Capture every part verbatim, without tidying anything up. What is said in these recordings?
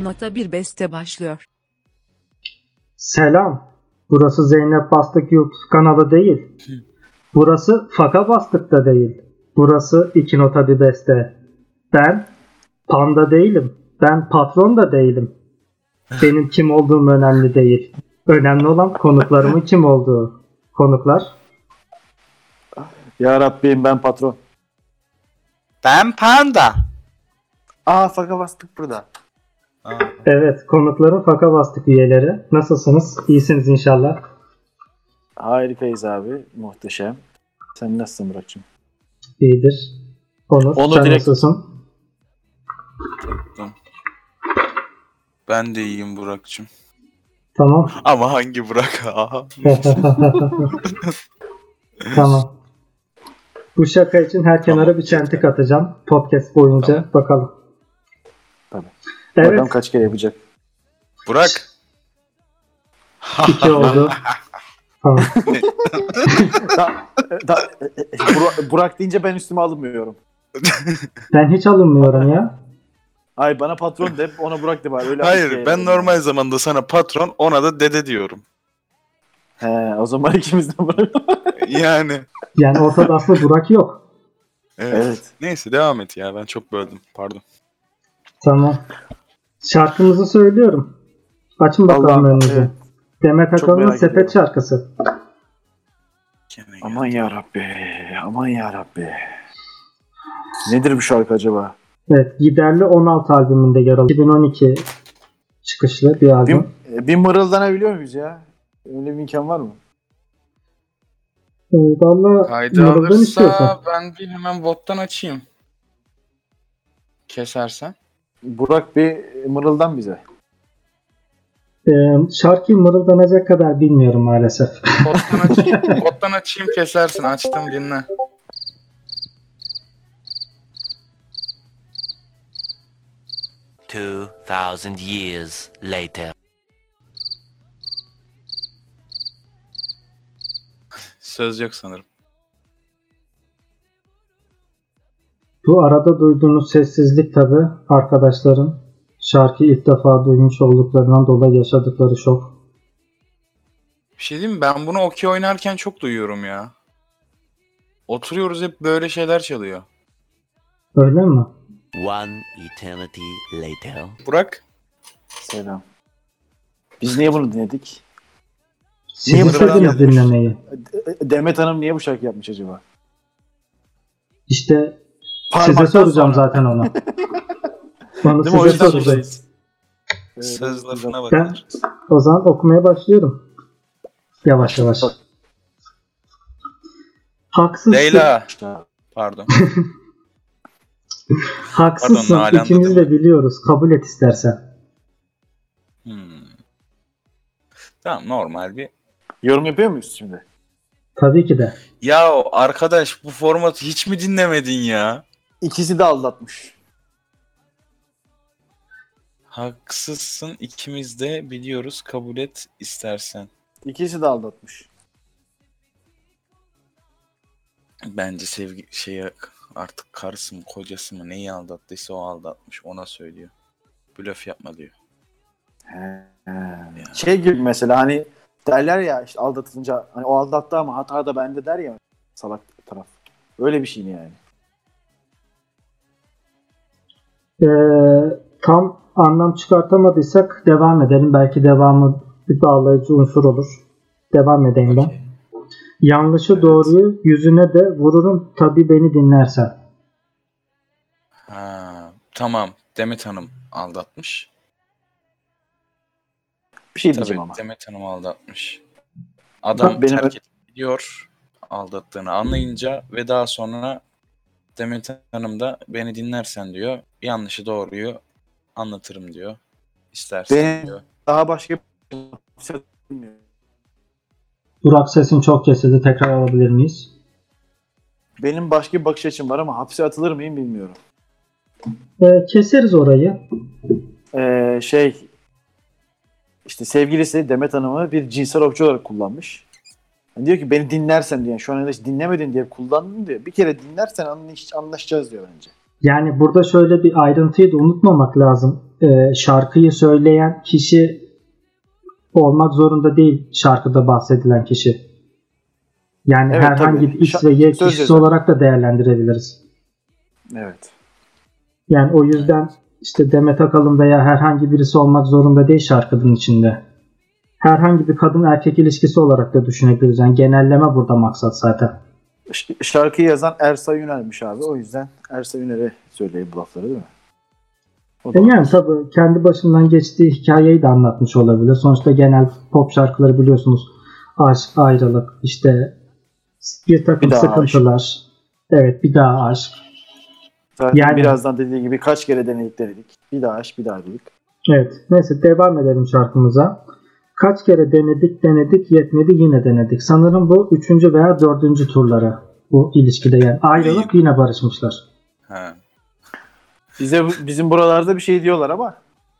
nota bir beste başlıyor. Selam. Burası Zeynep Bastık YouTube kanalı değil. Burası Faka Bastık da değil. Burası iki nota bir beste. Ben panda değilim. Ben patron da değilim. Benim kim olduğum önemli değil. Önemli olan konuklarımın kim olduğu. Konuklar. Ya Rabbim ben patron. Ben panda. Aa Faka Bastık burada. Aa. Evet, konukların Faka Bastık üyeleri. Nasılsınız? İyisiniz inşallah. Harikayız abi. Muhteşem. Sen nasılsın Burak'cığım? İyidir. Onur, Onur sen direkt- nasılsın? Ben de iyiyim Burak'cığım. Tamam. Ama hangi Burak? Aha. Tamam. Bu şaka için her kenara Tamam, bir çentik atacağım. Podcast boyunca. Tamam. Bakalım. Tabii. Evet. Bakalım kaç kere yapacak. Burak. iki oldu. Tamam. da, da, e, e, Burak, Burak deyince ben üstüme alınmıyorum. Ben hiç alınmıyorum ya. Ay bana patron de ona Burak de bari. Öyle Hayır, şey ben yapalım. normal zamanda sana patron, ona da dede diyorum. He, o zaman ikimiz de Burak. Yani. Yani ortada aslında Burak yok. Evet. Evet. Neyse devam et ya, ben çok böldüm. Pardon. Tamam. Şarkımızı söylüyorum. Açın bakalım Allah'ım, önünüzü. evet. Demet Çok Akalın'ın merak Sepet ediyorum. şarkısı. Gene gel. Aman ya Rabbi. Aman ya Rabbi. Nedir bu şarkı acaba? Evet. Giderli on altı albümünde yer alıyor. iki bin on iki çıkışlı bir Bir, albüm. bir mırıldanabiliyor muyuz ya? Öyle bir imkan var mı? Ee, Valla Kaydı mırıldan istiyorsan. alırsa ben bir hemen bottan açayım. Kesersen. Burak bir mırıldan bize. Ee, şarkıyı mırıldanacak kadar bilmiyorum maalesef. Bottan açayım, bottan açayım kesersin. Açtım, dinle. Two thousand years later. Söz yok sanırım. Bu arada duyduğunuz sessizlik tabi arkadaşların şarkıyı ilk defa duymuş olduklarından dolayı yaşadıkları şok. Bir şey diyeyim mi? Ben bunu okey oynarken çok duyuyorum ya. Oturuyoruz, hep böyle şeyler çalıyor. Öyle mi? One eternity later. Burak. Selam. Biz niye bunu dinledik? Siz Niye istediniz mırıldan dinlemeyi. De- Demet Hanım niye bu şarkı yapmış acaba? İşte size Parmaktan soracağım sonra. zaten onu. Onu Değil mi? O size yüzden soracağım. buradayız. Ee, Söz lafına Ben bakılır. o zaman okumaya başlıyorum. Yavaş yavaş. Haksızsın. Leyla. Pardon. Haksızsın. Pardon, Nalan İkimiz dedim. de biliyoruz. Kabul et istersen. Hmm. Tamam, normal bir. Yorum yapıyor muyuz şimdi? Tabii ki de. Ya arkadaş, bu formatı hiç mi dinlemedin ya? İkisi de aldatmış. Haksızsın, ikimiz de biliyoruz, kabul et istersen. İkisi de aldatmış. Bence sevgi şeye artık karısı mı kocası mı neyi aldattıysa o aldatmış, ona söylüyor. Blöf yapma diyor. He. Şey gibi mesela hani derler ya işte aldatınca hani o aldattı ama hata da bende der ya salak taraf. Öyle bir şey mi yani? Ee, tam anlam çıkartamadıysak devam edelim. Belki devamı bir bağlayıcı unsur olur. Devam edeyim ben. Okey. Yanlışı Evet. doğruyu yüzüne de vururum tabii beni dinlersen. Ha, tamam. Demet Hanım aldatmış. Bir şey Tabii diyeceğim ama. Demet Hanım aldatmış. Adam Tabii benim- terk ediyor aldattığını anlayınca ve daha sonra Demet Hanım da beni dinlersen diyor. Yanlışı doğruyu anlatırım diyor. İstersen Benim- diyor. Daha başka bilmiyorum. Burak sesin çok kesildi. Tekrar alabilir miyiz? Benim başka bir bakış açım var ama hapse atılır mıyım bilmiyorum. Ee, keseriz orayı. Ee, şey işte sevgilisi Demet Hanım'ı bir cinsel obje olarak kullanmış. Yani diyor ki beni dinlersen diyor. Şu an hiç dinlemedin diye kullandın diyor. Bir kere dinlersen anlaş, anlaşacağız diyor bence. Yani burada şöyle bir ayrıntıyı da unutmamak lazım. e, şarkıyı söyleyen kişi olmak zorunda değil şarkıda bahsedilen kişi. Yani Evet, herhangi tabii. bir X Şa- ve Y söz kişisi yazarı. olarak da değerlendirebiliriz. Evet. Yani o yüzden işte Demet Akalın veya herhangi birisi olmak zorunda değil şarkının içinde. Herhangi bir kadın erkek ilişkisi olarak da düşünebiliriz. Yani genelleme burada maksat zaten. Ş- şarkıyı yazan Ersay Üner'miş abi. O yüzden Ersay Üner'e söyleyeyim bu lafları değil mi? O da E yani var. tabii kendi başından geçtiği hikayeyi de anlatmış olabilir. Sonuçta genel pop şarkıları biliyorsunuz. Aşk, ayrılık, işte bir takım Bir daha sıkıntılar. Evet, bir daha aşk. Zaten Yani- birazdan dediği gibi kaç kere denedik denedik. Bir daha aşk bir daha dedik. Evet. Neyse devam edelim şarkımıza. Kaç kere denedik denedik yetmedi yine denedik. Sanırım bu üçüncü veya dördüncü turları bu ilişkide yani. Ayrılıp yine barışmışlar. Ha. Bize bizim buralarda bir şey diyorlar ama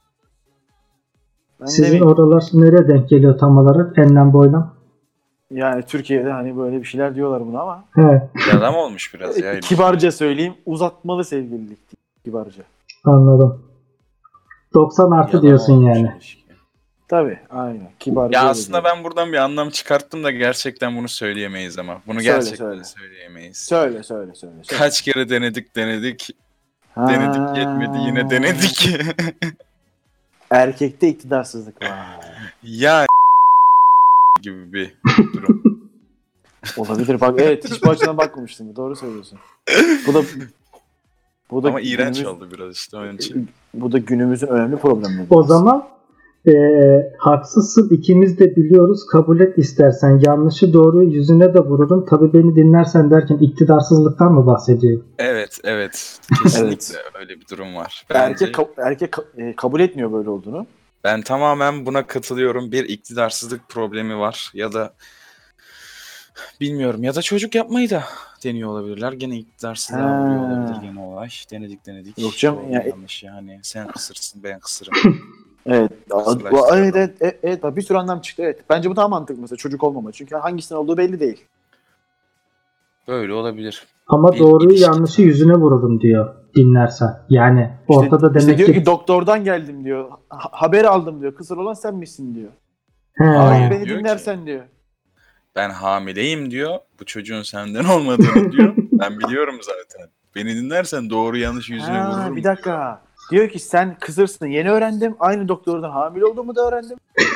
ben Sizin demeyeyim. oralar nereye denk geliyor tam olarak? Enlem boylam. Yani Türkiye'de hani böyle bir şeyler diyorlar buna ama Evet, Yalan olmuş biraz ya. ilişki. kibarca söyleyeyim, uzatmalı sevgililik kibarca. anladım. doksan artı Yalan diyorsun olmuş yani. ilişki. Tabii, aynen. Kibarca. Ya öyle aslında diyor. ben buradan bir anlam çıkarttım da gerçekten bunu söyleyemeyiz ama. Bunu Söyle, gerçekten söyle. söyleyemeyiz. söyle söyle söyle. söyle. Kaç kere denedik denedik. Ha. Denedik yetmedi yine denedik. Erkekte iktidarsızlık var. ya gibi bir durum. Olabilir bak, evet, hiç bu açıdan bakmamıştım. Doğru söylüyorsun. Bu da bu da Ama iğrenç günümüz- oldu biraz işte onun için. Bu da günümüzün önemli problemleri. O zaman e, haksızsın ikimiz de biliyoruz. Kabul et istersen. Yanlışı doğruyu yüzüne de vururum. Tabii beni dinlersen derken iktidarsızlıktan mı bahsediyor? Evet evet. Kesinlikle öyle bir durum var. Bence, Erkek ka- erkek ka- e, kabul etmiyor böyle olduğunu. ben tamamen buna katılıyorum. Bir iktidarsızlık problemi var ya da bilmiyorum ya da çocuk yapmayı da deniyor olabilirler. Gene iktidarsızlığa Ha. vuruyor olabilir gene olay. Denedik denedik. Yok canım, Doğru, ya- yanlış yani. Sen kısırsın ben kısırım. Evet. Kısırlaştıralım. Evet, evet, evet, evet. Bak bir sürü anlam çıktı. Evet. Bence bu daha mantıklı mesela çocuk olmama. Çünkü hangisinden olduğu belli değil. Böyle olabilir. Ama Bir doğruyu ilişki. yanlışı yüzüne vururum diyor dinlersen. Yani İşte, ortada işte demek diyor ki... ki doktordan geldim diyor. Ha- haber aldım diyor. Kısır olan sen misin diyor. He. Hayır. Beni diyor ki- dinlersen diyor. Ben hamileyim diyor. Bu çocuğun senden olmadığını diyor. Ben biliyorum zaten. Beni dinlersen doğru yanlış yüzüne Ha, vururum. bir dakika. Diyor ki sen kısırsın. Yeni öğrendim. Aynı doktordan hamile olduğumu da öğrendim.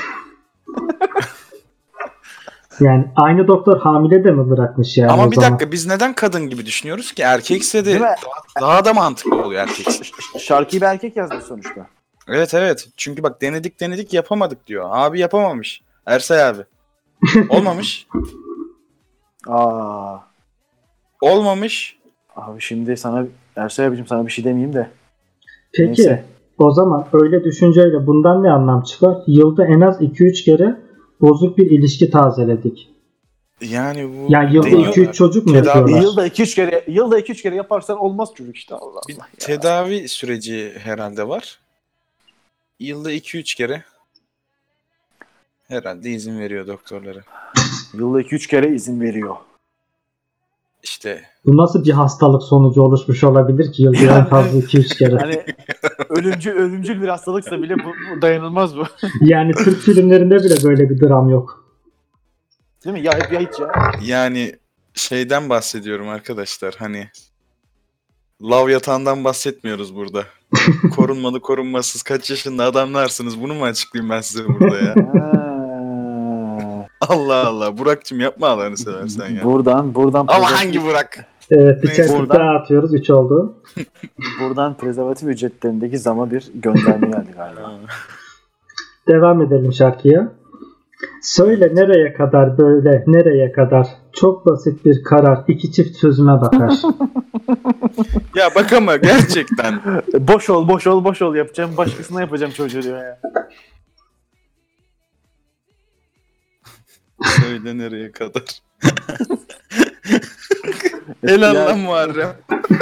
Yani aynı doktor hamile de mi bırakmış yani Ama o bir zaman? dakika biz neden kadın gibi düşünüyoruz ki? Erkekse de Değil mi? daha, daha da mantıklı oluyor erkekse. Şarkıyı bir erkek yazmış sonuçta. Evet evet. Çünkü bak denedik denedik yapamadık diyor. Abi yapamamış. Ersay abi. Olmamış. Aa. Olmamış. Abi şimdi sana Ersay abicim sana bir şey demeyeyim de. Peki Neyse. o zaman öyle düşünceyle bundan ne anlam çıkar? Yılda en az iki üç kere bozuk bir ilişki tazeledik. Yani bu Yani yılda deniyorlar. iki üç çocuk mu Tedavi- yapıyorlar? Yılda iki üç kere yılda iki üç kere yaparsan olmaz çocuk işte Allah Bir Allah. Ya. tedavi süreci herhalde var. Yılda iki üç kere herhalde izin veriyor doktorları. Yılda iki üç kere izin veriyor. İşte Bu nasıl bir hastalık sonucu oluşmuş olabilir ki yılda en Yani- fazla iki üç kere? Hani ölümcül ölümcül bir hastalıksa bile bu, bu dayanılmaz bu. Yani Türk filmlerinde bile böyle bir dram yok. Değil mi? Ya hep ya hiç ya. yani şeyden bahsediyorum arkadaşlar hani lav yatağından bahsetmiyoruz burada. Korunmalı korunmasız kaç yaşında adamlarsınız bunu mu açıklayayım ben size burada ya? Ha. Allah Allah Burak'cığım yapma Allah'ını seversen ya. Buradan buradan Ama prezervatif- hangi Burak? Evet bir Neyse, çektik buradan- daha atıyoruz. üç oldu. buradan prezervatif ücretlerindeki zama bir gönderme geldi galiba. Devam edelim şarkıya. Söyle nereye kadar böyle nereye kadar? Çok basit bir karar. İki çift sözüme bakar. Ya bak ama gerçekten. boş ol boş ol boş ol yapacağım başkasına yapacağım çocuğu diyor ya. Söyle nereye kadar? Helal Ya- lan Muharrem.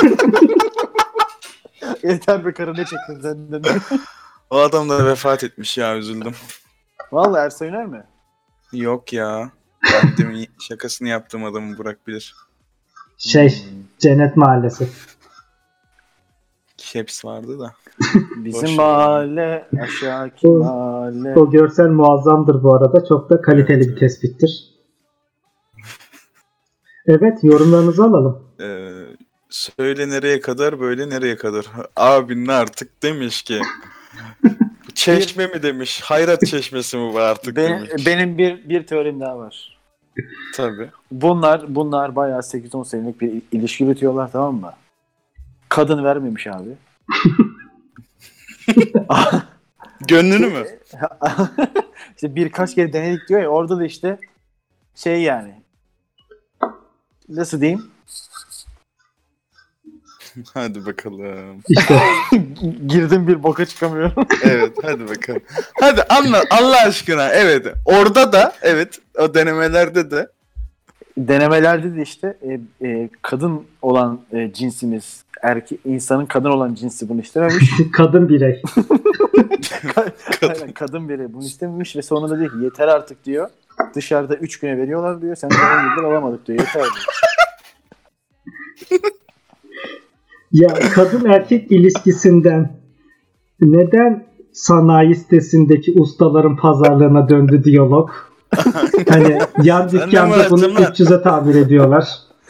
Yeter be karı ne çektin senden. O adam da vefat etmiş ya üzüldüm. Vallahi Ersay Üner mi? Yok ya. Ben demin şakasını yaptığım adamı Burak bilir. Şey Cennet Mahallesi. Caps vardı da. Bizim Boş ver. mahalle aşağıki O- mahalle. O görsel muazzamdır bu arada. Çok da kaliteli Evet, bir evet. tespittir. Evet, yorumlarınızı alalım. Ee, söyle nereye kadar böyle nereye kadar. Abinin artık demiş ki bu çeşme mi demiş. Hayrat çeşmesi mi bu artık Be- demiş. benim bir bir teorim daha var. Tabii. Bunlar bunlar bayağı sekiz on senelik bir ilişki yürütüyorlar, tamam mı? Kadın vermemiş abi. Gönlünü mü? İşte birkaç kere denedik diyor ya, orada da işte şey yani nasıl diyeyim? Hadi bakalım. İşte Girdim bir boka çıkamıyorum. Evet hadi bakalım. Hadi anla Allah aşkına. Evet. Orada da evet o denemelerde de Denemelerde de işte e, e, kadın olan e, cinsimiz, erkek insanın kadın olan cinsi bunu istememiş. kadın birey. Aynen, kadın biri bunu istememiş ve sonunda diyor ki yeter artık diyor. Dışarıda üç güne veriyorlar diyor. Sen de on yıldır alamadık diyor. Yeter diyor. Ya kadın erkek ilişkisinden neden sanayi sitesindeki ustaların pazarlığına döndü diyalog? Hani yan Sen de mi dükkanda bunu açtın lan? üç yüze tabir ediyorlar.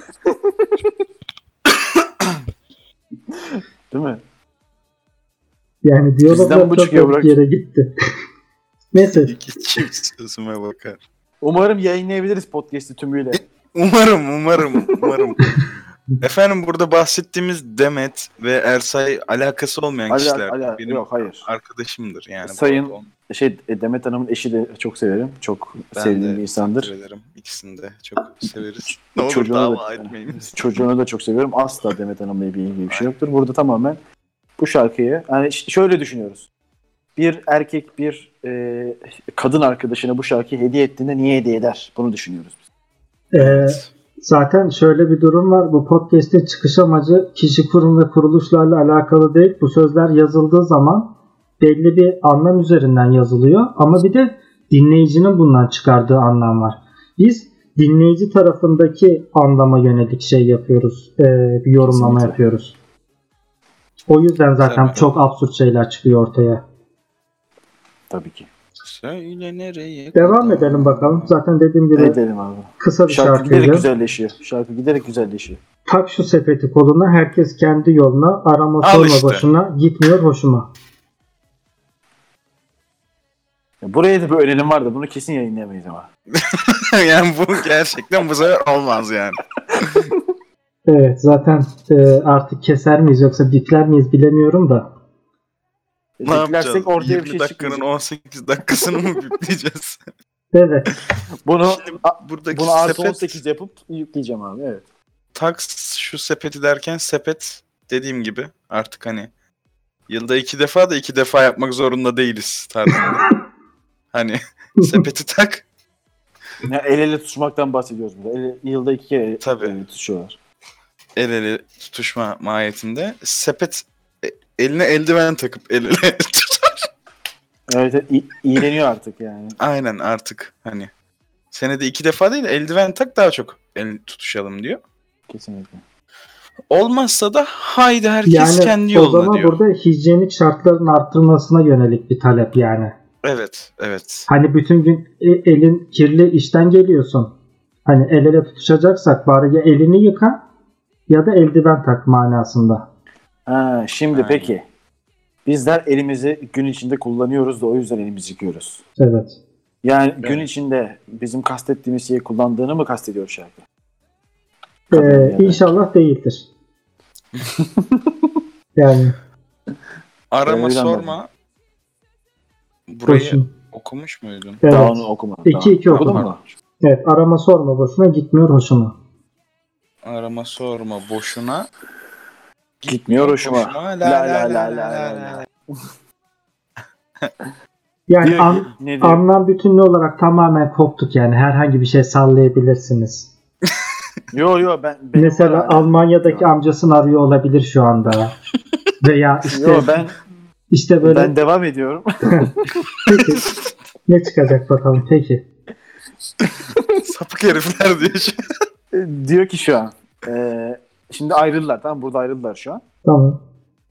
Değil mi? Yani Bizden diyaloglar bu çok çıkıyor, çok bırak. yere gitti. Neyse. iki çift sözüme bakar. Umarım yayınlayabiliriz podcast'i tümüyle. Umarım umarım umarım. Efendim burada bahsettiğimiz Demet ve Ersay alakası olmayan Ala, kişiler. ala, Benim yok hayır. arkadaşımdır yani. Sayın- Pardon. Şey Demet Hanım'ın eşi de çok severim. Çok Ben sevdiğim de bir insandır. takdir ederim. İkisini de çok severiz. Ne olur Çocuğunu dava da, etmeyin. çocuğunu da çok seviyorum. Asla Demet Hanım'la ilgili bir şey yoktur. Burada tamamen bu şarkıyı yani ş- şöyle düşünüyoruz. Bir erkek bir e, kadın arkadaşına bu şarkıyı hediye ettiğinde niye hediye eder? Bunu düşünüyoruz biz. Ee, zaten şöyle bir durum var. Bu podcast'in çıkış amacı kişi, kurum ve kuruluşlarla alakalı değil. Bu sözler yazıldığı zaman belli bir anlam üzerinden yazılıyor. Ama bir de dinleyicinin bundan çıkardığı anlam var. Biz dinleyici tarafındaki anlama yönelik şey yapıyoruz. Ee, bir yorumlama Kesinlikle. yapıyoruz. O yüzden zaten Tabii. çok absürt şeyler çıkıyor ortaya. Tabii ki. Söyle nereye Devam kadar? edelim bakalım. Zaten dediğim gibi Edelim abi. kısa bir Şarkı giderek şarkıydı. güzelleşiyor. Şarkı giderek güzelleşiyor. Tak şu sepeti koluna, herkes kendi yoluna, arama Al sorma işte. boşuna, gitmiyor hoşuma. Ya buraya da bir önerim var da bunu kesin yayınlayamayız ama. Yani bu gerçekten bu sefer olmaz yani. Evet, zaten e, artık keser miyiz yoksa bipler miyiz bilemiyorum da. Ne yapacağız? Beklersek ortaya bir yirmi şey dakikanın çıkmayacak. on sekiz dakikasını mı bipleyeceğiz? Evet. Bunu Şimdi a- buradaki bunu artı sepet- on sekiz yapıp yükleyeceğim abi. Evet. Taks şu sepeti derken sepet dediğim gibi artık hani yılda iki defa da iki defa yapmak zorunda değiliz tarzında. Hani sepeti tak. Ya el ele tutuşmaktan bahsediyoruz burada. El, yılda iki kere Tabii. el ele tutuşuyorlar. El ele tutuşma mahiyetinde. Sepet e, eline eldiven takıp el ele tutar. Evet, evet i- iğreniyor artık yani. Aynen artık hani. Senede iki defa değil eldiven tak daha çok el tutuşalım diyor. Kesinlikle. Olmazsa da haydi herkes Yani kendi o yoluna zaman diyor. burada hijyenik şartların arttırılmasına yönelik bir talep yani. Evet, evet. Hani bütün gün e- elin kirli işten geliyorsun. Hani el ele tutuşacaksak bari ya elini yıka ya da eldiven tak manasında. Ha, şimdi Aynen. peki. Bizler elimizi gün içinde kullanıyoruz da o yüzden elimizi yıkıyoruz. Evet. Yani Evet. gün içinde bizim kastettiğimiz şeyi kullandığını mı kastediyor şarkı? Ee, Kadın yani. inşallah değildir. Yani Arama öyle sorma. Burayı boşun. okumuş muydun? Evet. Daha onu okumadım. İki Daha. iki Okudun okudum. mu? Evet, arama sorma boşuna, gitmiyor hoşuma. Arama sorma boşuna. Gitmiyor hoşuma. La la la la la la. Yani Diyor ki- an, ne diyor? anlam bütünlüğü olarak tamamen koptuk yani. Herhangi bir şey sallayabilirsiniz. Yo yo ben benim Mesela var abi. Almanya'daki Yo. amcasını arıyor olabilir şu anda. Veya işte Yo ben işte böyle ben devam ediyorum. peki ne çıkacak bakalım peki. Sapık herifler diye şey. diyor ki şu an. E, şimdi ayrıldılar, tamam, burada ayrıldılar şu an. Tamam.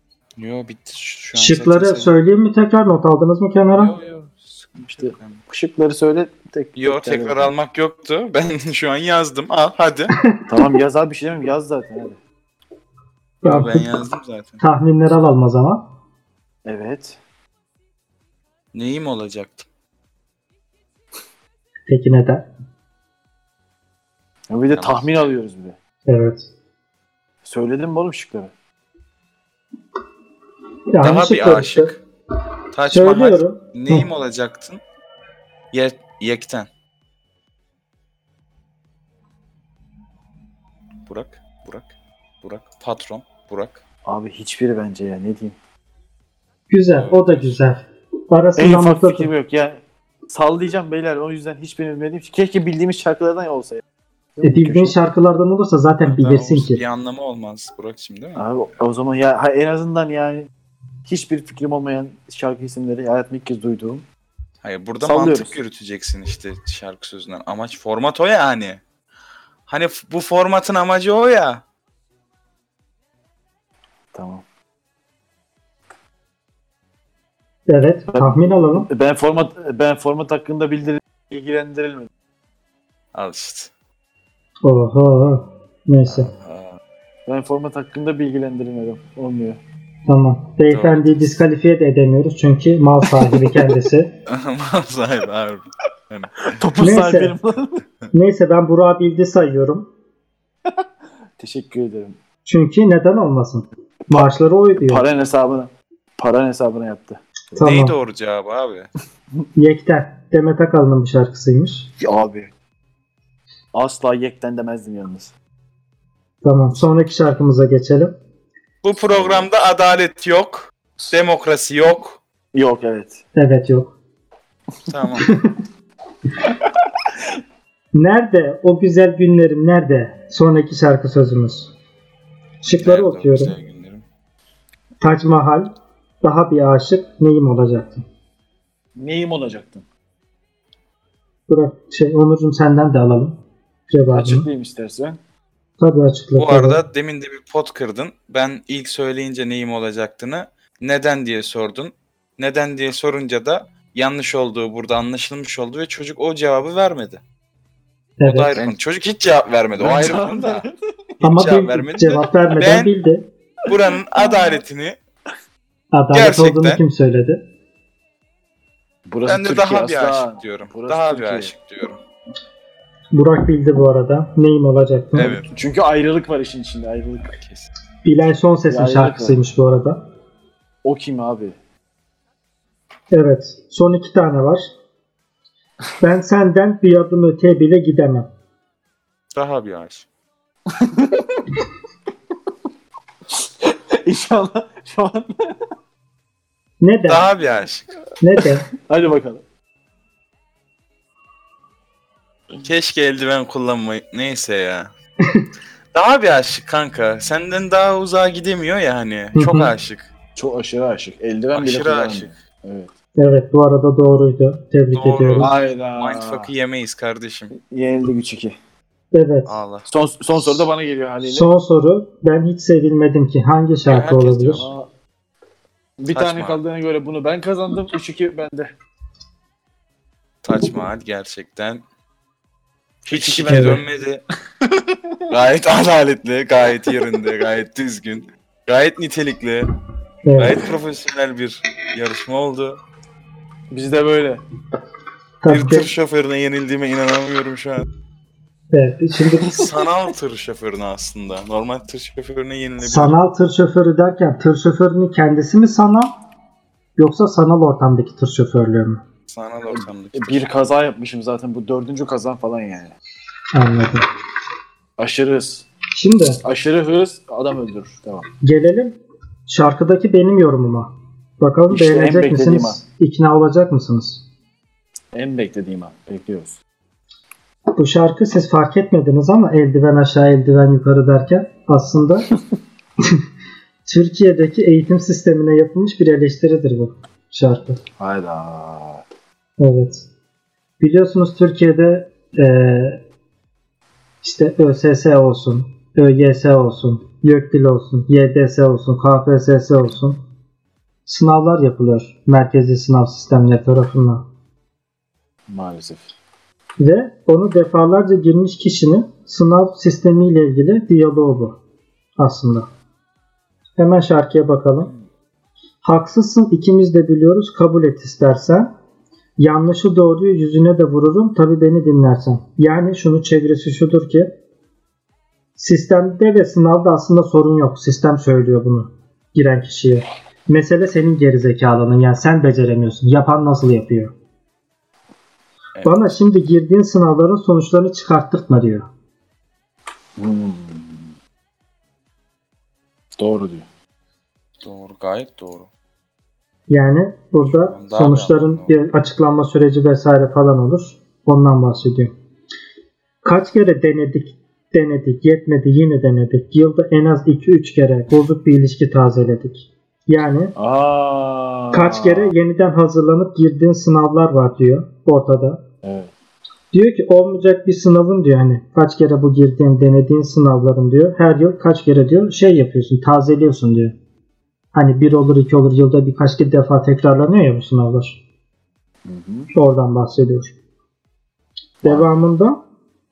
Yo bitti şu an. Şıkları zaten söyleyeyim mi tekrar? Not aldınız mı kenara? Yo yo. Sıkıntı İşte yok yani. şıkları söyle. Tek, Yo tek- tekrar almak yoktu. Ben şu an yazdım. Al hadi. Tamam yaz abi bir şey demem yaz zaten hadi. Yo, ben Artık yazdım zaten. tahminleri alalım o zaman. Evet. Neyim olacaktı? Peki neden? Ya bir de Tamam. tahmin alıyoruz bir de. Evet. Söyledin mi oğlum şıkları? Yani Daha şıkları bir aşık. Taç Mahal. Söylüyorum. Neyim olacaktın? Ye yekten. Burak. Burak. Burak. Patron. Burak. Abi hiçbiri bence ya ne diyeyim. Güzel. O da güzel. En Arasında ufak mutlu. fikrim yok ya. Sallayacağım beyler o yüzden hiçbirini bilmediğim için. Keşke bildiğimiz şarkılardan olsa ya. E, bildiğin şarkılardan olursa zaten bilirsin Olsun, ki. bir anlamı olmaz Burak'cığım değil mi? Abi o zaman ya ha, en azından yani hiçbir fikrim olmayan şarkı isimleri hayatımda ilk kez duyduğum. Hayır burada Sallıyoruz. mantık yürüteceksin işte şarkı sözünden. Amaç format o ya hani. Hani f- bu formatın amacı o ya. Tamam. Evet. Tahmin alalım. Ben format ben format hakkında bildir ilgilendirilmedim. Al işte. Oho. Neyse. Aa, Ben format hakkında bilgilendirilmedim. Olmuyor. Tamam. Beyefendiyi diskalifiye de edemiyoruz çünkü mal sahibi kendisi. mal sahibi abi. Yani, Topun Neyse. sahibiyim. Neyse ben Burak'ı bildi sayıyorum. Teşekkür ederim. Çünkü neden olmasın? Maaşları o ödüyor. Paran hesabına paran hesabına yaptı. Tamam. Neyi doğru cevabı abi? Yekten. Demet Akalın'ın bir şarkısıymış. Ya abi. Asla yekten demezdim yalnız. Tamam. Sonraki şarkımıza geçelim. Bu programda adalet yok. Demokrasi yok. Yok evet. Evet yok. Tamam. Nerede? O güzel günlerim nerede? Sonraki şarkı sözümüz. Şıkları Nerede o okuyorum. güzel günlerim? Tac Mahal. Daha bir aşık. Neyim olacaktı? Neyim olacaktın? Burak, şey, Onurcuğum senden de alalım. Cevabını. Açıklayayım istersen. Tabii açıkla. Bu tabii. arada demin de bir pot kırdın. Ben ilk söyleyince neyim olacaktığını neden diye sordun. Neden diye sorunca da yanlış olduğu burada anlaşılmış oldu ve çocuk o cevabı vermedi. O Evet. da ayrı konu. Çocuk hiç cevap vermedi. O Ben ayrı cevap konu da. vermedim. Hiç Ama cevap bildi, vermedi de cevap vermeden ben- bildi. buranın adaletini Adalet Gerçekten. olduğunu kim söyledi? Burası ben de Türkiye daha bir aslan. aşık diyorum. Burası Daha Türkiye. bir aşık diyorum. Burak bildi bu arada. Neyim olacaktı? Evet. Çünkü ayrılık var işin içinde ayrılık. Kesin. Bilal Sonses'in Ya, şarkısıymış bu arada. O kim abi? Evet. Son iki tane var. Ben senden bir adım öteye bile gidemem. Daha bir aşık. İnşallah şu an. Neden? Daha bir aşık. Neden? Hadi bakalım. Keşke eldiven kullanmayı. Neyse ya. Daha bir aşık kanka. Senden daha uzağa gidemiyor ya hani. Hı Çok hı. aşık. Çok aşırı aşık. Eldiven bile Aşırı kullanmıyor. aşık. Evet. Evet bu arada doğruydu. Tebrik Doğru. ediyorum. Hayda. Mindfuck'ı yemeyiz kardeşim. Yenildik üç iki. Evet. Allah. Son, son soru da bana geliyor haliyle. Son soru. Ben hiç sevilmedim ki. Hangi şarkı herkes olabilir? diyor. Aa, bir Saçma. tane kaldığına göre bunu ben kazandım. üç iki bende. Taç Mahal gerçekten hiç İki şike bende. dönmedi. Gayet adaletli, gayet yerinde, gayet düzgün. Gayet nitelikli, Evet. gayet profesyonel bir yarışma oldu. Bizde böyle. Tabii Bir ki. tır şoförüne yenildiğime inanamıyorum şu an. Evet. Şimdi Sanal tır şoförüne aslında. Normal tır şoförüne yenilebilir. sanal tır şoförü derken tır şoförünün kendisi mi sanal? Yoksa sanal ortamdaki tır şoförlüğü mü? Sanal ortamdaki. Bir kaza yapmışım zaten. Bu dördüncü kazan falan yani. Anladım. Aşırı hız. Şimdi Aşırı hız adam öldürür. Tamam. gelelim şarkıdaki benim yorumuma. Bakalım İşte en beğenecek beklediğim misiniz? İkna olacak mısınız? En beklediğim an. Bekliyoruz. Bu şarkı siz fark etmediniz ama eldiven aşağı eldiven yukarı derken aslında Türkiye'deki eğitim sistemine yapılmış bir eleştiridir bu şarkı. Hayda. Evet. Biliyorsunuz Türkiye'de eee, işte ÖSS olsun, ÖYS olsun, YÖKDİL olsun, Y D S olsun, K P S S olsun sınavlar yapılıyor merkezi sınav sistemleri tarafından. Maalesef. Ve onu defalarca girmiş kişinin sınav sistemiyle ilgili diyaloğu bu aslında. Hemen şarkıya bakalım. Haksızsın ikimiz de biliyoruz kabul et istersen. Yanlışı doğruyu yüzüne de vururum tabii beni dinlersen. Yani şunu çevirisi şudur ki sistemde ve sınavda aslında sorun yok. Sistem söylüyor bunu giren kişiye. Mesele senin gerizekalının, yani sen beceremiyorsun. Yapan nasıl yapıyor? Evet. Bana şimdi girdiğin sınavların sonuçlarını çıkarttırtma diyor. Hmm. Doğru diyor. Doğru, gayet doğru. Yani burada Daha sonuçların bir anlamda bir açıklanma süreci vesaire falan olur. Ondan bahsediyor. Kaç kere denedik, denedik, yetmedi yine denedik. Yılda en az iki üç kere bozuk bir ilişki tazeledik. Yani Aa. kaç kere yeniden hazırlanıp girdiğin sınavlar var diyor ortada. Evet. Diyor ki olmayacak bir sınavın diyor hani kaç kere bu girdiğin denediğin sınavların diyor her yıl kaç kere diyor şey yapıyorsun tazeliyorsun diyor. Hani bir olur iki olur yılda birkaç kez defa tekrarlanıyor ya bu sınavlar. Hı hı. Oradan bahsediyor. Devamında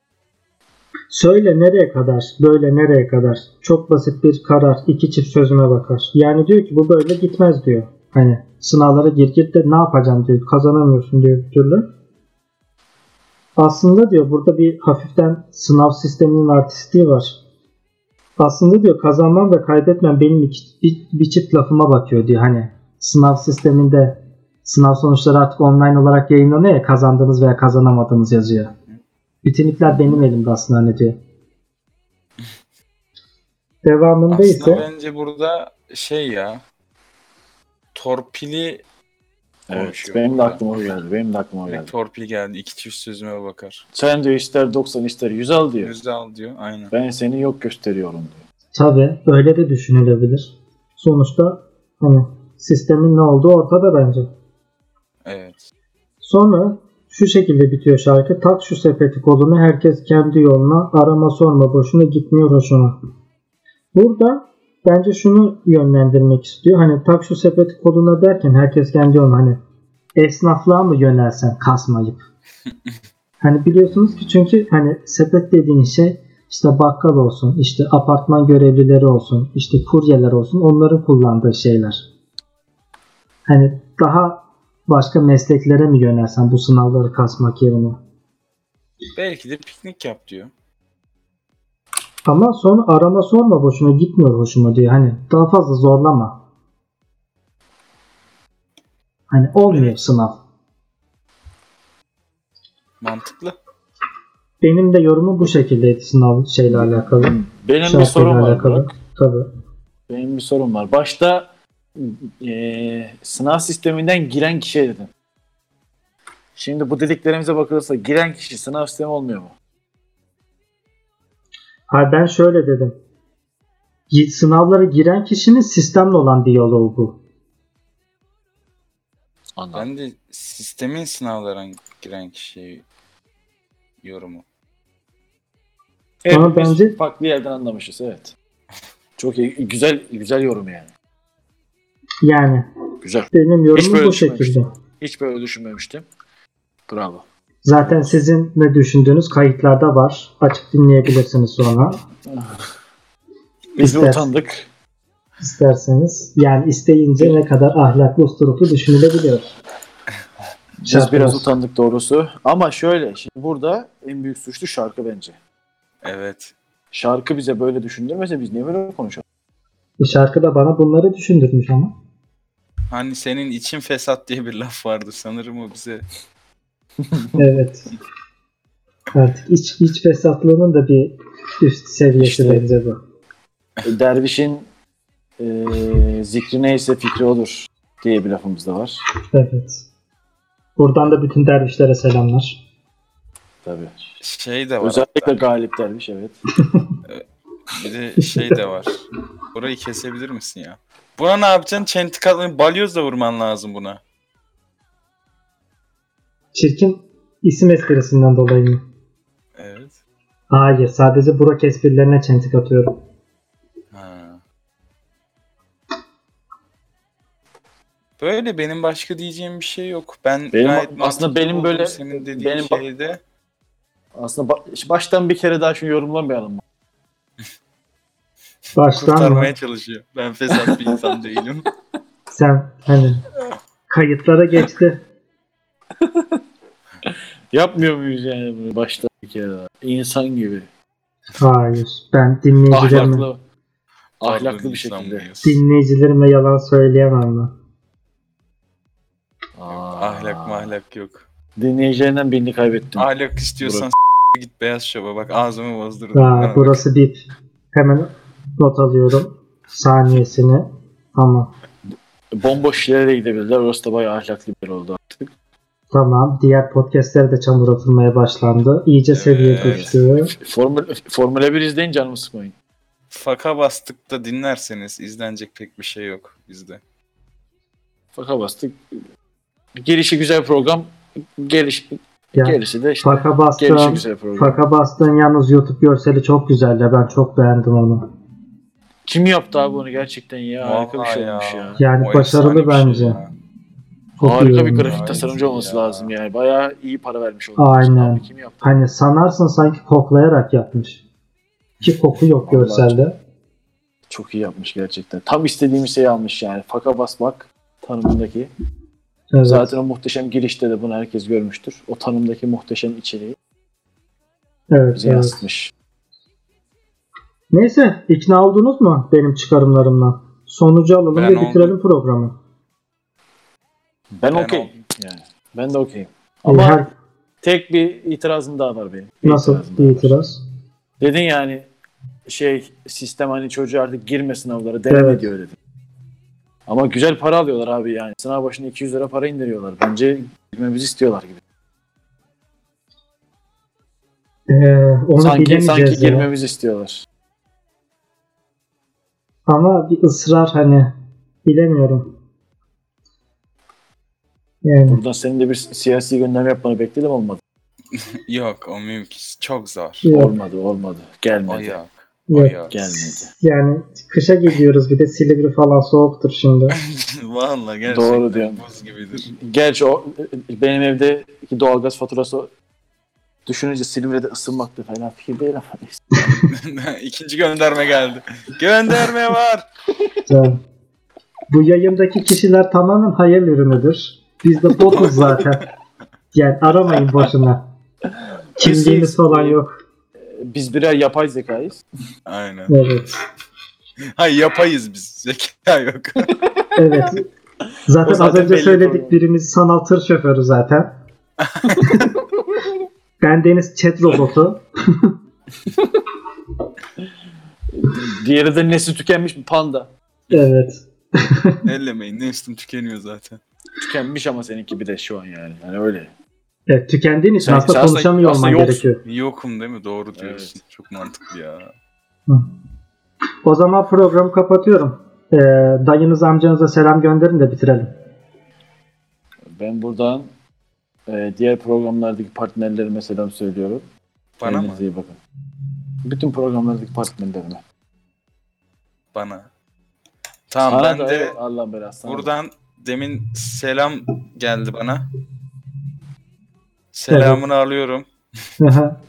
söyle nereye kadar, böyle nereye kadar? Çok basit bir karar, iki çift sözüme bakar. Yani diyor ki bu böyle gitmez diyor. Hani sınavlara gir git de ne yapacaksın diyor. Kazanamıyorsun diyor bir türlü. Aslında diyor burada bir hafiften sınav sisteminin artistliği var. Aslında diyor kazanmam ve kaybetmem benim iki, bir, bir çift lafıma bakıyor diyor. Hani sınav sisteminde sınav sonuçları artık online olarak yayınlanıyor ya kazandığınız veya kazanamadığınız yazıyor. Bitinlikler benim elimde aslında hani diyor. Devamında Aslında ise bence burada şey ya torpili Evet. konuşuyor Benim de burada. aklıma o geldi. Benim de aklıma o Direkt geldi. torpil geldi. İki çift sözüme bakar. Sen diyor ister doksan ister yüz al diyor. Yüzde al diyor. Aynen. Ben seni yok gösteriyorum diyor. tabii öyle de düşünülebilir. Sonuçta hani sistemin ne olduğu ortada bence. Evet. Sonra şu şekilde bitiyor şarkı. Tak şu sepeti koluna herkes kendi yoluna arama sorma boşuna gitmiyor hoşuna. Burada bence şunu yönlendirmek istiyor. Hani tak şu sepeti koluna derken herkes kendi yoluna hani esnaflığa mı yönelsen kasmayıp. Hani biliyorsunuz ki çünkü hani sepet dediğin şey işte bakkal olsun, işte apartman görevlileri olsun, işte kuryeler olsun onların kullandığı şeyler. Hani daha başka mesleklere mi yönelsen bu sınavları kasmak yerine. Belki de piknik yap diyor. Ama sonra arama sorma boşuna gitmiyor hoşuma diyor. Hani daha fazla zorlama. Hani olmuyor Evet. sınav. Mantıklı. Benim de yorumum bu şekildeydi sınav şeyle alakalı. Benim bir Şarkıyla sorum var alakalı. Burak. Tabii. Benim bir sorum var. Başta eee, sınav sisteminden giren kişiye dedim. Şimdi bu dediklerimize bakılırsa giren kişi sınav sistemi olmuyor mu? Hayır ben şöyle dedim. Gi- Sınavlara giren kişinin sistemle olan diyaloğu bu. Anladım. Ben de sistemin sınavlara giren kişi yorumu. Hepimiz Ama bence- farklı yerden anlamışız, evet. Çok iyi, güzel güzel yorum yani. Yani Güzel. benim Hiç yorumum böyle bu şekilde. düşünmemiştim. Hiç böyle düşünmemiştim. Bravo. Zaten sizin ne düşündüğünüz kayıtlarda var. Açıp dinleyebilirsiniz sonra. Biz de İster- utandık. isterseniz. Yani isteyince ne kadar ahlaklı usturuplu düşünülebiliyor. Biz Şarkımız. biraz utandık doğrusu. Ama şöyle, şimdi burada en büyük suçlu şarkı bence. Evet. Şarkı bize böyle düşündürmese biz niye böyle konuşalım? Bir şarkı da bana bunları düşündürmüş ama. Hani senin için fesat diye bir laf vardı sanırım o bize. Evet. Artık iç, iç fesatlığının da bir üst seviyesi İşte. bence bu. Dervişin e, zikri neyse fikri odur diye bir lafımız da var. Evet. Buradan da bütün dervişlere selamlar. Tabii. Şey de var Özellikle hatta. Galip Derviş, evet. Bir de şey de var. Burayı kesebilir misin ya? Buna ne yapacaksın? Çentik atmayı balyozla vurman lazım buna. Çirkin isim esprisinden dolayı mı? Evet. Hayır. Sadece Burak esprilerine çentik atıyorum. Ha. Böyle benim başka diyeceğim bir şey yok. Ben Benim- gayet aslında mantıklı benim buldum böyle- senin dediğin benim ba- şeyde. Aslında ba- baştan bir kere daha şunu yorumlamayalım. Baştan mı? Kurtarmaya çalışıyor. Ben fesat bir insan değilim. Sen hani kayıtlara geçti. Yapmıyor muyuz yani bunu baştan bir kere daha? İnsan gibi. Hayır. Ben dinleyicilerime, Ahlaklı. Ahlaklı Pardon, bir insan şekilde. mıyız? dinleyicilerime yalan söyleyemem ben. Aa. Ahlak mahlak yok. Dinleyicilerinden birini kaybettim. Ahlak istiyorsan s- git Beyaz Şov'a bak ağzımı bozdurdun. Aa, Bana bak. burası bip. Hemen not alıyorum. Saniyesini. Ama Bomboş işlere gidebilirler. Orası da bayağı ahlaklı bir yer oldu artık. tamam. Diğer podcastlere de çamur atılmaya başlandı. İyice seviye Evet. düştü. Formül, Formula bir izleyin, canımı sıkmayın. Faka bastık da dinlerseniz izlenecek pek bir şey yok bizde. Faka bastık. Gelişi güzel program. Geliş, Ya, gerisi de işte Faka gelişi bastığın, güzel program. faka bastığın yalnız YouTube görseli çok güzel ya. Ben çok beğendim onu. Kim yaptı abi onu gerçekten ya? Harika bir Vallahi şey ya. olmuş ya. Yani O başarılı efsane bir şey bence. ya. Çok iyi Harika bir olmuş. grafik Gayet tasarımcı iyi olması ya. lazım yani. Bayağı iyi para vermiş olması Aynen. lazım. Abi kim yaptı? Hani sanarsın sanki koklayarak yapmış. Ki koku yok Vallahi görselde. Çok iyi yapmış gerçekten. Tam istediğimiz şeyi almış yani. Faka basmak tanımındaki. Evet. Zaten o muhteşem girişte de bunu herkes görmüştür. O tanımdaki muhteşem içeriği Evet, bize evet. yansıtmış. Neyse, ikna oldunuz mu benim çıkarımlarımla? Sonucu alalım Ben ve oldum. bitirelim programı. Ben, Ben okey. oldum. Yani. Ben de okeyim. Ee, Ama her- tek bir itirazım daha var benim. Bir nasıl itirazım daha bir var. itiraz? Dedin yani şey sistem hani çocuğu artık girme sınavlara deneme Evet. diyor dedin. Ama güzel para alıyorlar abi yani. Sınav başına iki yüz lira para indiriyorlar. Bence girmemizi istiyorlar gibi. Ee, onu sanki bilemeyeceğiz sanki ya. girmemizi istiyorlar. Ama bir ısrar hani bilemiyorum. Yani Buradan senin de bir siyasi gönderme yapmanı bekledim, olmadı. Yok o mümkün. Çok zor. yok, Olmadı olmadı. O Gelmedi. yok. O yok. yok. Gelmedi. Yani kışa gidiyoruz, bir de Silivri falan soğuktur şimdi. Vallahi gerçekten Doğru diyorsun. buz gibidir. Gerçi o benim evdeki doğalgaz faturası düşününce Silivri'de ısınmak da fena fikir değil ama neyse. İkinci gönderme geldi. Gönderme var. Yani, bu yayındaki kişiler tamamen hayal ürünüdür. Biz de botuz zaten. Yani aramayın boşuna. Kimliğimiz falan yok. Biz birer yapay zekayız. Aynen. Evet. Hayır yapayız biz. Zeka yok. Evet. Zaten, O zaten az önce belli söyledik, program. birimiz sanal tır şoförü zaten. Ben Deniz chat robotu. Diğeri de nesli tükenmiş bir panda. Evet. Ellemeyin. Neslim tükeniyor zaten. Tükenmiş ama seninki bir de şu an yani. Yani öyle. Evet, tükendiğin için Sen- aslında sen aslında- konuşamıyor aslında olman yoksun. gerekiyor. Yokum değil mi? Doğru diyorsun. Evet. Çok mantıklı ya. O zaman programı kapatıyorum. Ee, dayınız amcanıza selam gönderin de bitirelim. Ben buradan e, diğer programlardaki partnerlerime selam söylüyorum. Bana mı? Kendinize iyi bakın. Bütün programlardaki partnerlerime. Bana. Tamam Sana ben da de evet, Allah'ın belası. sana da. buradan demin selam geldi bana. Selamını alıyorum. Aha.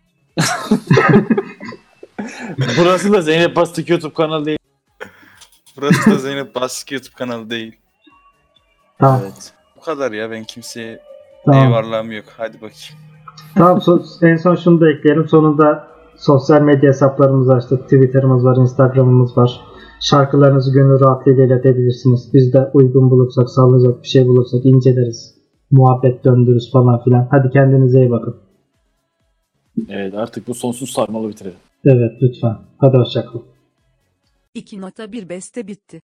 Burası da Zeynep Bastık YouTube kanalı değil. Burası da Zeynep Bastık YouTube kanalı değil. Tamam. Evet. Bu kadar ya, ben kimseye Tamam. eyvallahım yok. Hadi bakayım. Tamam, so- en son şunu da ekleyelim. Sonunda sosyal medya hesaplarımızı açtık. Twitter'ımız var, Instagram'ımız var. Şarkılarınızı gönül rahatlığıyla iletebilirsiniz. Biz de uygun bulursak, sallayacak bir şey bulursak inceleriz. Muhabbet döndürürüz falan filan. Hadi kendinize iyi bakın. Evet, artık bu sonsuz sarmalı bitirelim. Evet, lütfen. Hadi hoşçakalın. İki nota bir beste bitti.